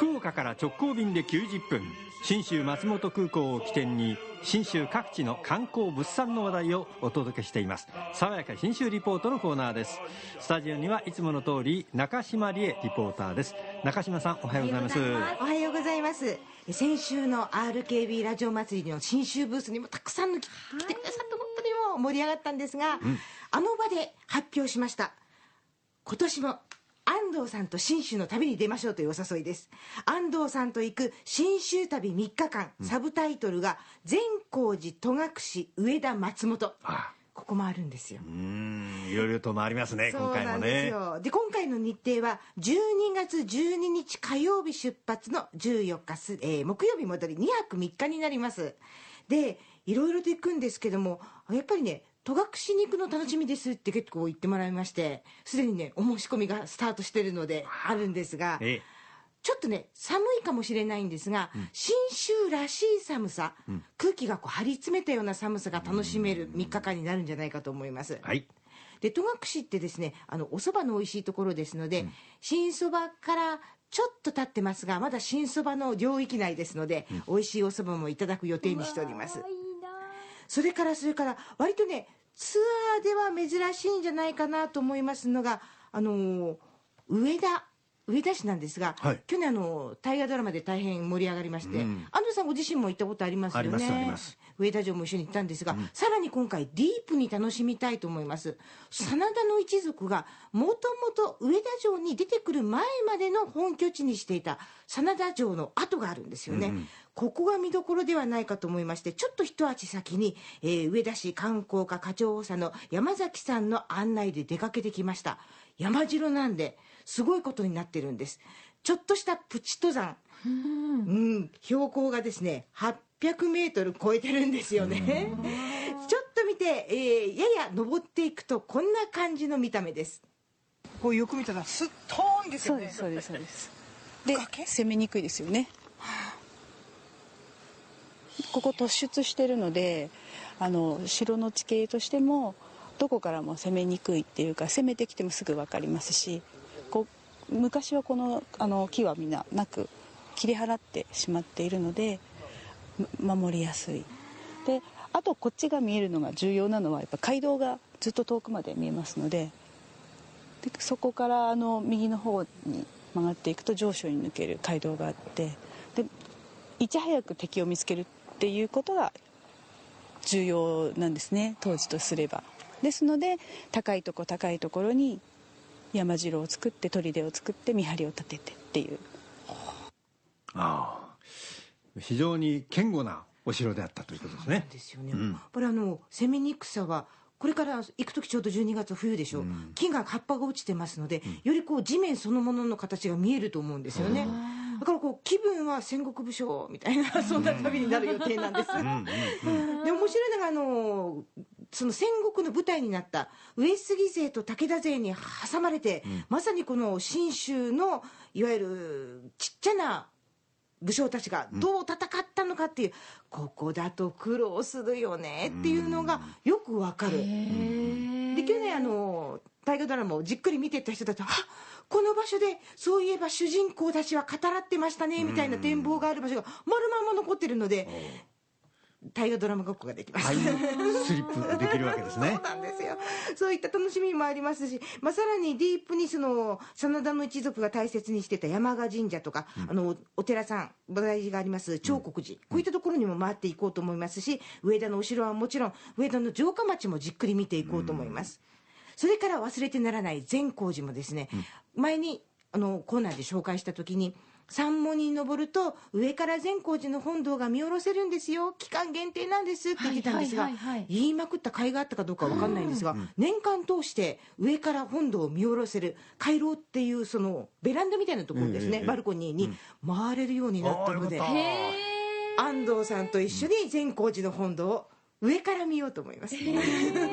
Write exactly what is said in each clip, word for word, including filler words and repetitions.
福岡から直行便できゅうじゅっぷん、信州松本空港を起点に信州各地の観光物産の話題をお届けしています。爽やか信州リポートのコーナーです。スタジオにはいつもの通り中島理恵リポーターです。中島さん、おはようございます。 おはようございます。先週の アールケービー ラジオ祭りの信州ブースにもたくさんの来てくださって本当にもう盛り上がったんですが、うん、あの場で発表しました。今年も安藤さんと信州の旅に出ましょうというお誘いです。安藤さんと行く信州旅みっかかん、サブタイトルが善光寺、戸隠、上田、松本。ああ、ここもあるんですよ。 うーん、いろいろと回りますね、今回もね。 そうなんですよ。で、今回の日程はじゅうにがつじゅうににち火曜日出発のじゅうよっかす、えー、木曜日戻りにはくみっかになります。で、いろいろと行くんですけども、やっぱりね、戸隠に行くの楽しみですって結構言ってもらいまして、すでにねお申し込みがスタートしてるのであるんですが、ええ、ちょっとね寒いかもしれないんですが、うん、信州らしい寒さ、うん、空気がこう張り詰めたような寒さが楽しめるみっかかんになるんじゃないかと思います。はい、で戸隠ってですね、あのお蕎麦の美味しいところですので、うん、新蕎麦からちょっと経ってますがまだ新蕎麦の領域内ですので、うん、美味しいお蕎麦もいただく予定にしております。それからそれから割とねツアーでは珍しいんじゃないかなと思いますのが、あのー、上田上田市なんですが、はい、去年あの大河ドラマで大変盛り上がりまして、うん、安藤さんご自身も行ったことありますよね。ありますあります。上田城も一緒に行ったんですが、うん、さらに今回ディープに楽しみたいと思います。真田の一族がもともと上田城に出てくる前までの本拠地にしていた真田城の跡があるんですよね。うん、ここが見どころではないかと思いまして、ちょっと一足先に、えー、上田市観光課課長補佐の山崎さんの案内で出かけてきました。山城なんですごいことになってるんです。ちょっとしたプチ登山、うん、うん、標高がですねはっぴゃくメートル超えてるんですよね。ちょっと見て、えー、やや登っていくとこんな感じの見た目です。 こうよく見たらすっとーんですよね。 そうですそうですそうです。で攻めにくいですよね。ここ突出してるので、あの城の地形としてもどこからも攻めにくいっていうか、攻めてきてもすぐ分かりますし、こう昔はこの、あの木はみんななく切り払ってしまっているので守りやすい。であとこっちが見えるのが重要なのはやっぱ街道がずっと遠くまで見えますので、でそこからあの右の方に曲がっていくと上所に抜ける街道があって、でいち早く敵を見つけるっていうことが重要なんですね、当時とすれば。ですので高いとこ高いところに山城を作って砦を作って見張りを立ててっていう。 ああ、非常に堅固なお城であったということですね。そうなんですよね。うん、これあの攻めにくさはこれから行く時ちょうどじゅうにがつ冬でしょう、うん、木が葉っぱが落ちてますので、うん、よりこう地面そのものの形が見えると思うんですよね。だからこう気分は戦国武将みたいなそんな旅になる予定なんです。で面白いのがあのその戦国の舞台になった上杉勢と武田勢に挟まれて、うん、まさにこの信州のいわゆるちっちゃな武将たちがどう戦ったのかっていう、うん、ここだと苦労するよねっていうのがよくわかる。で去年あの大河ドラマをじっくり見てた人だと、あ、この場所でそういえば主人公たちは語らってましたねみたいな展望がある場所が丸まんま残ってるので、大河ドラマごっこができます。 タイムスリップできるわけですね。 そうなんですよ。そういった楽しみもありますし、まあ、さらにディープにその真田の一族が大切にしてた山鹿神社とか、うん、あのお寺さん菩提寺があります長国寺、うん、こういったところにも回っていこうと思いますし、上田のお城はもちろん上田の城下町もじっくり見ていこうと思います。うん、それから忘れてならない善光寺もですね、うん、前にあのコーナーで紹介した時に山門に登ると上から善光寺の本堂が見下ろせるんですよ、期間限定なんですって言ってたんですが、はいはいはいはい、言いまくった甲斐があったかどうかは分かんないんですが、うん、年間通して上から本堂を見下ろせる回廊っていうそのベランダみたいなところですね、うん、バルコニーに回れるようになったので、うん、安藤さんと一緒に善光寺の本堂を上から見ようと思います。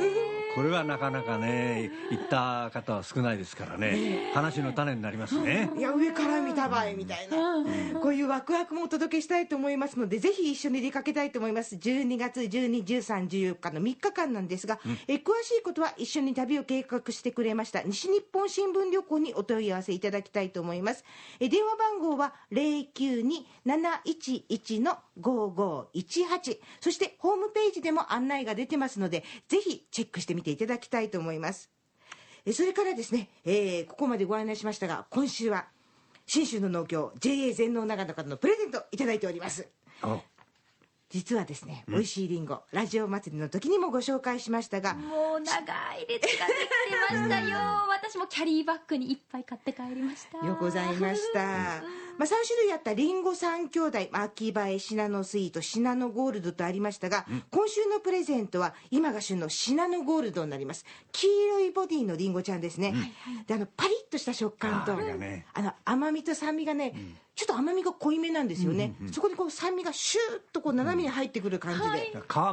これはなかなかね行った方は少ないですからね、話の種になりますね。 いや上から見た場合みたいな、こういうワクワクもお届けしたいと思いますので、ぜひ一緒に出かけたいと思います。じゅうにがつじゅうに、じゅうさん、じゅうよっかのみっかかんなんですが、うん、え詳しいことは一緒に旅を計画してくれました西日本新聞旅行にお問い合わせいただきたいと思います。え電話番号は ゼロきゅうに なないちいち のごごいちはち、そしてホームページでも案内が出てますので、ぜひチェックしてみていただきたいと思います。えそれからですね、えー、ここまでご案内しましたが、今週は信州の農協 ジェーエー 全農長野からのプレゼントいただいております。実はですね、美味しいりんごラジオ祭りの時にもご紹介しましたが、 もう長い列ができてましたよ。私もキャリーバッグにいっぱい買って帰りました。 よくございました。まあ、さん種類あったりんごさん兄弟、秋映え、シナノスイート、シナノゴールドとありましたが、うん、今週のプレゼントは今が旬のシナノゴールドになります。黄色いボディのりんごちゃんですね、うん、であのパリッとした食感と あ,、ね、あの甘みと酸味がね、うん、ちょっと甘みが濃いめなんですよね、うんうんうん、そこでこう酸味がシューッとこう斜めに入ってくる感じで、うんはい、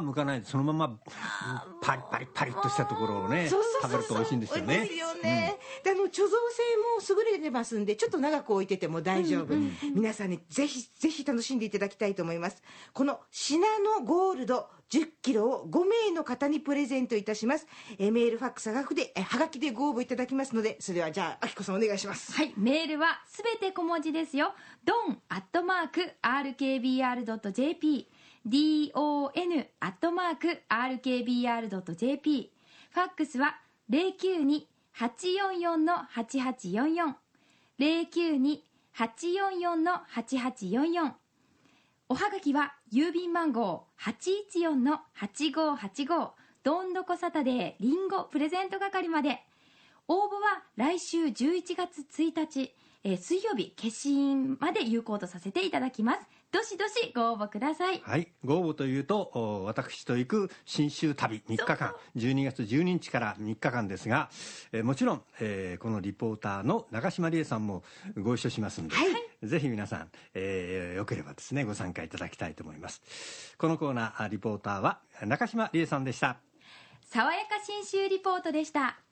皮むかないでそのままパリパリパリッとしたところをね食べると美味しいんですよね。 美味しいよね、うん、であの貯蔵性も優れてますんで、ちょっと長く置いてても大丈夫、うんうんうん、皆さんにぜひぜひ楽しんでいただきたいと思います。このシナノゴールドじゅっキロをごめいの方にプレゼントいたします。えメールファックスはがくでえはがきでご応募いただきますので、それはじゃああきこさんお願いします。 はい、メールはすべて小文字ですよ。ドンアットマーク アールケービーアールドットジェーピー ドン アットマーク アールケービーアールドットジェーピー、 ファックスは ゼロきゅうに はちよんよん はちはちよんよん ゼロきゅうに はちよんよん はちはちよんよん、おはがきは郵便番号 はちいちよん はちごはちご どんどこサタデーりんごプレゼント係まで。応募は来週じゅういちがつついたち、えー、水曜日消印まで有効とさせていただきます。どしどしご応募ください。 はい、ご応募というと私と行く信州旅みっかかん、じゅうにがつじゅうににちからみっかかんですが、えー、もちろん、えー、このリポーターの中島理恵さんもご一緒しますので、はい、ぜひ皆さん、えー、よければですねご参加いただきたいと思います。このコーナーリポーターは中島理恵さんでした。 爽やか信州リポートでした。